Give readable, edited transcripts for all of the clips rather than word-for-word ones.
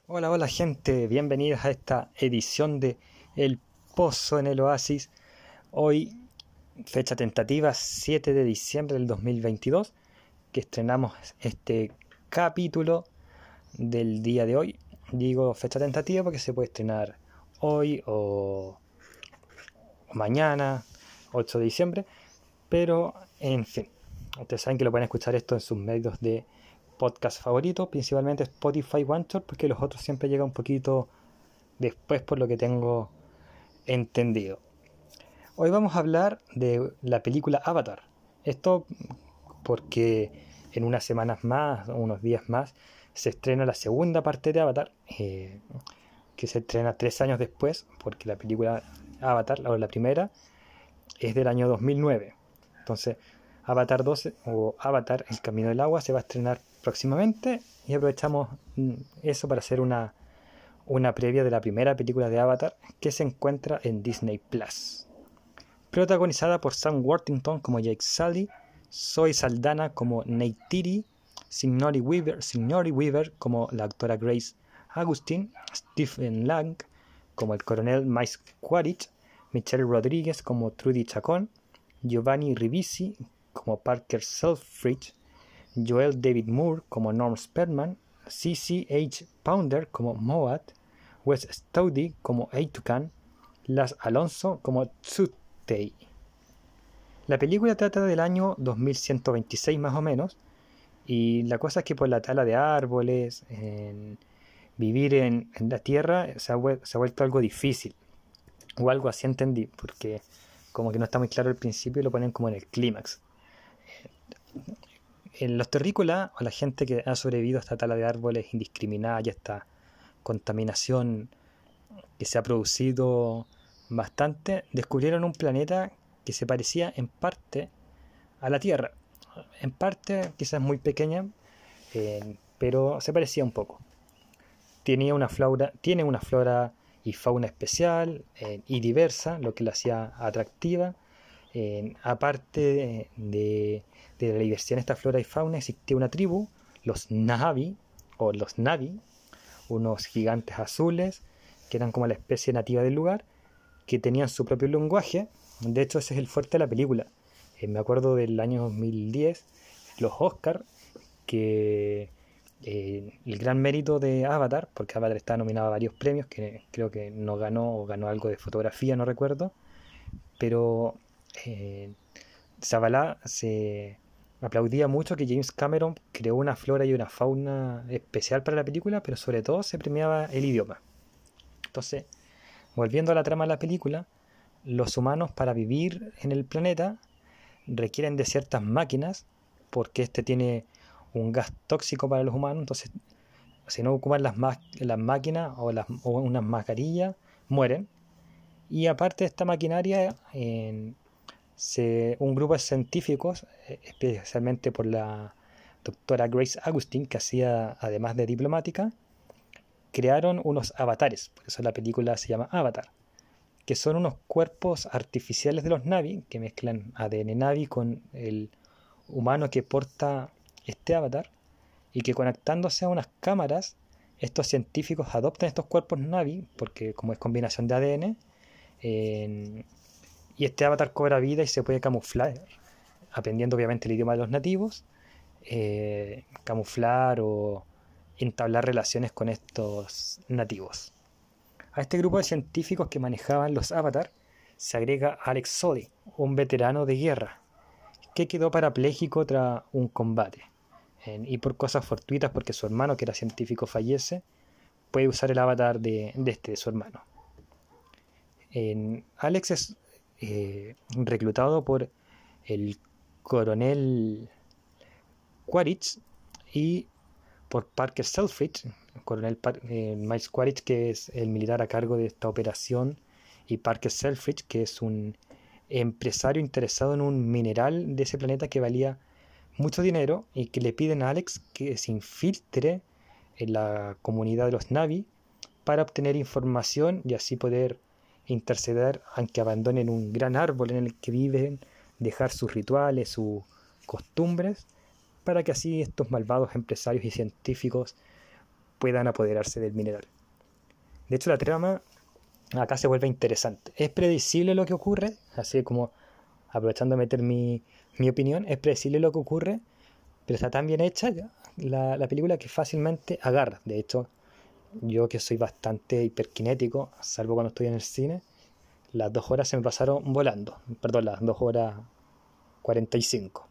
Hola, hola gente, bienvenidos a esta edición de El Pozo en el Oasis. Hoy, fecha tentativa, 7 de diciembre del 2022, que estrenamos este capítulo del día de hoy. Digo fecha tentativa porque se puede estrenar hoy o mañana, 8 de diciembre, pero en fin, ustedes saben que lo pueden escuchar esto en sus medios de podcast favoritos, principalmente Spotify, Anchor, porque los otros siempre llegan un poquito después, por lo que tengo entendido. Hoy vamos a hablar de la película Avatar. Esto porque en unas semanas más, unos días más, se estrena la segunda parte de Avatar, que se estrena 3 años después, porque la película Avatar, o la primera, es del año 2009. Entonces, Avatar 12 o Avatar, El Camino del Agua, se va a estrenar próximamente y aprovechamos eso para hacer una previa de la primera película de Avatar, que se encuentra en Disney Plus. Protagonizada por Sam Worthington como Jake Sully, Zoe Saldana como Neytiri, Sigourney Weaver como la actora Grace Augustine, Stephen Lang como el coronel Mike Quaritch, Michelle Rodriguez como Trudy Chacón, Giovanni Ribisi como Parker Selfridge, Joel David Moore como Norm Spellman, C.C.H. Pounder como Moat, Wes Staudy como Eitukan, Las Alonso como Tsutei. La película trata del año 2126 más o menos, y la cosa es que por la tala de árboles, vivir en la tierra se ha vuelto algo difícil, o algo así entendí, porque como que no está muy claro al principio y lo ponen como en el clímax. En los terrícolas, o la gente que ha sobrevivido a esta tala de árboles indiscriminada y a esta contaminación que se ha producido bastante, descubrieron un planeta que se parecía en parte a la Tierra. En parte, quizás muy pequeña, pero se parecía un poco. Tiene una flora y fauna especial y diversa, lo que la hacía atractiva. Aparte de la diversidad en esta flora y fauna, existía una tribu, los Navi, o los Navi, unos gigantes azules, que eran como la especie nativa del lugar, que tenían su propio lenguaje. De hecho, ese es el fuerte de la película. Me acuerdo del año 2010, los Oscar, que el gran mérito de Avatar, porque Avatar está nominado a varios premios, que creo que no ganó, o ganó algo de fotografía, no recuerdo, pero se aplaudía mucho que James Cameron creó una flora y una fauna especial para la película, pero sobre todo se premiaba el idioma. Entonces, volviendo a la trama de la película, los humanos, para vivir en el planeta, requieren de ciertas máquinas, porque este tiene un gas tóxico para los humanos. Entonces, si no ocupan las máquinas o unas mascarillas, mueren. Y aparte de esta maquinaria, un grupo de científicos, especialmente por la doctora Grace Augustine, que hacía además de diplomática, crearon unos avatares, por eso la película se llama Avatar, que son unos cuerpos artificiales de los Navi, que mezclan ADN Navi con el humano que porta este avatar, y que conectándose a unas cámaras, estos científicos adoptan estos cuerpos Navi, porque como es combinación de ADN, y este avatar cobra vida y se puede camuflar, aprendiendo obviamente el idioma de los nativos, camuflar o entablar relaciones con estos nativos. A este grupo de científicos que manejaban los avatar se agrega Alex Sully, un veterano de guerra, que quedó parapléjico tras un combate. Y por cosas fortuitas, porque su hermano, que era científico, fallece, puede usar el avatar de su hermano. Alex es reclutado por el coronel Quaritch y por Parker Selfridge, el coronel Miles Quaritch, que es el militar a cargo de esta operación, y Parker Selfridge, que es un empresario interesado en un mineral de ese planeta que valía mucho dinero, y que le piden a Alex que se infiltre en la comunidad de los Navi para obtener información y así poder interceder, aunque abandonen un gran árbol en el que viven, dejar sus rituales, sus costumbres, para que así estos malvados empresarios y científicos puedan apoderarse del mineral. De hecho, la trama acá se vuelve interesante. Es predecible lo que ocurre, así como aprovechando de meter mi opinión, es predecible lo que ocurre, pero está tan bien hecha la película que fácilmente agarra. De hecho, yo que soy bastante hiperkinético, salvo cuando estoy en el cine, las 2 horas se me pasaron volando. Perdón, las 2 horas 45.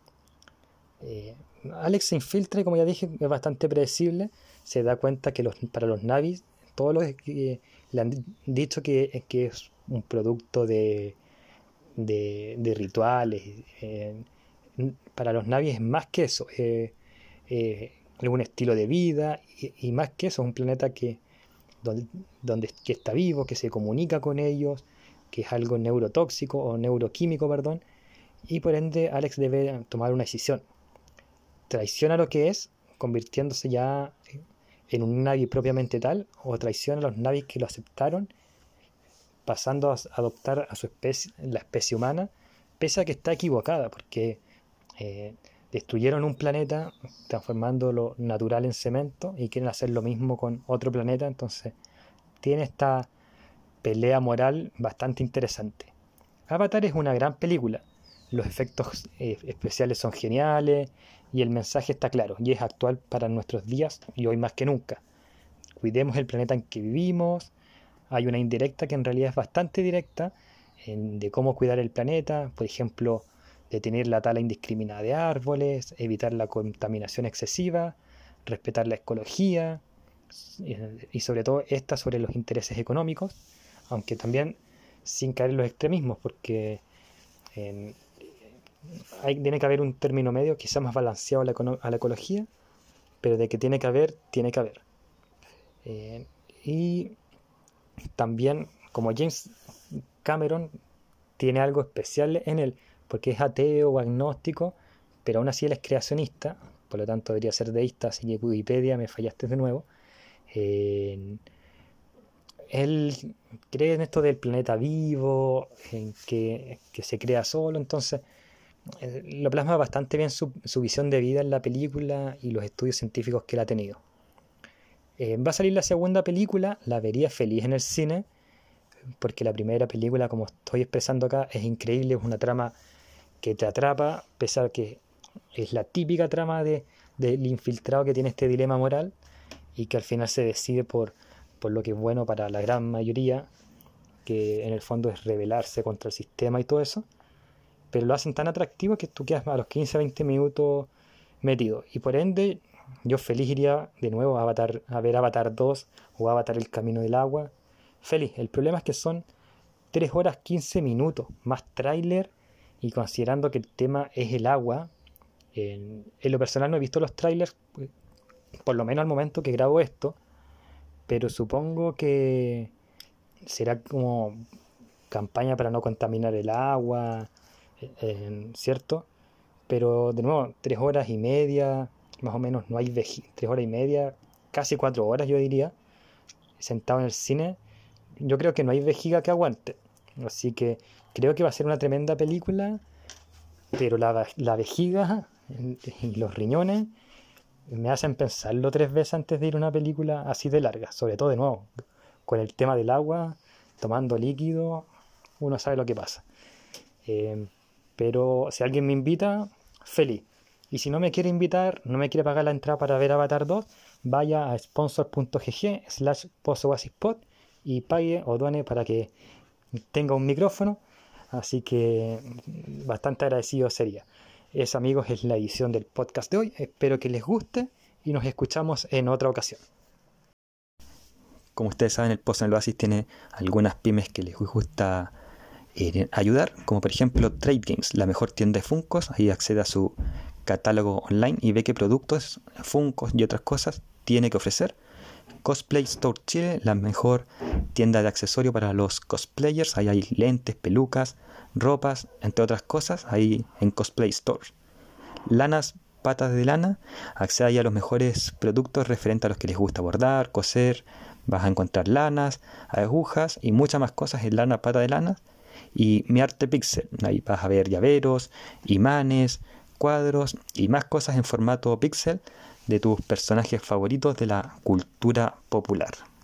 Alex se infiltra y, como ya dije, es bastante predecible. Se da cuenta que para los Navis, todos los que le han dicho que es un producto de rituales. Para los Navis es más que eso. Es un estilo de vida y más que eso, es un planeta que está vivo, que se comunica con ellos, que es algo neurotóxico o neuroquímico, perdón, y por ende Alex debe tomar una decisión. ¿Traiciona lo que es, convirtiéndose ya en un Navi propiamente tal, o traiciona a los Navis que lo aceptaron, pasando a adoptar a su especie, la especie humana, pese a que está equivocada, porque destruyeron un planeta transformando lo natural en cemento y quieren hacer lo mismo con otro planeta? Entonces tiene esta pelea moral bastante interesante. Avatar es una gran película, los efectos especiales son geniales y el mensaje está claro y es actual para nuestros días y hoy más que nunca. Cuidemos el planeta en que vivimos. Hay una indirecta que en realidad es bastante directa de cómo cuidar el planeta, por ejemplo, detener la tala indiscriminada de árboles, evitar la contaminación excesiva, respetar la ecología y sobre todo esta sobre los intereses económicos, aunque también sin caer en los extremismos, porque tiene que haber un término medio quizás más balanceado a la ecología, pero de que tiene que haber, tiene que haber. Y también, como James Cameron tiene algo especial en él, porque es ateo o agnóstico, pero aún así él es creacionista, por lo tanto debería ser deísta, así que Wikipedia, me fallaste de nuevo. Él cree en esto del planeta vivo, en que se crea solo, entonces lo plasma bastante bien su visión de vida en la película y los estudios científicos que él ha tenido. Va a salir la segunda película, la vería feliz en el cine, porque la primera película, como estoy expresando acá, es increíble, es una trama que te atrapa, pese a que es la típica trama del infiltrado que tiene este dilema moral y que al final se decide por lo que es bueno para la gran mayoría, que en el fondo es rebelarse contra el sistema y todo eso, pero lo hacen tan atractivo que tú quedas a los 15-20 minutos metido, y por ende yo feliz iría de nuevo a ver Avatar 2 o Avatar El Camino del Agua, feliz. El problema es que son 3 horas 15 minutos más tráiler, y considerando que el tema es el agua, en lo personal no he visto los trailers, por lo menos al momento que grabo esto, pero supongo que será como campaña para no contaminar el agua, ¿cierto? Pero de nuevo, 3 horas y media, más o menos, no hay 3 horas y media, casi 4 horas yo diría, sentado en el cine. Yo creo que no hay vejiga que aguante, así que creo que va a ser una tremenda película, pero la vejiga y los riñones me hacen pensarlo 3 veces antes de ir a una película así de larga, sobre todo de nuevo, con el tema del agua, tomando líquido, uno sabe lo que pasa. Pero si alguien me invita, feliz. Y si no me quiere invitar, no me quiere pagar la entrada para ver Avatar 2, vaya a sponsor.gg/postoasispod y pague o done para que tenga un micrófono. Así que bastante agradecido sería. Eso, amigos, es la edición del podcast de hoy. Espero que les guste y nos escuchamos en otra ocasión. Como ustedes saben, el Pozo en el Oasis tiene algunas pymes que les gusta ayudar, como por ejemplo Trade Games, la mejor tienda de Funkos. Ahí accede a su catálogo online y ve qué productos, Funkos y otras cosas tiene que ofrecer. Cosplay Store Chile, la mejor tienda de accesorios para los cosplayers. Ahí hay lentes, pelucas, ropas, entre otras cosas, ahí en Cosplay Store. Lanas Patas de Lana, accede ahí a los mejores productos referentes a los que les gusta bordar, coser. Vas a encontrar lanas, agujas y muchas más cosas en Lana Pata de Lana. Y Mi Arte Pixel, ahí vas a ver llaveros, imanes, cuadros y más cosas en formato pixel de tus personajes favoritos de la cultura popular.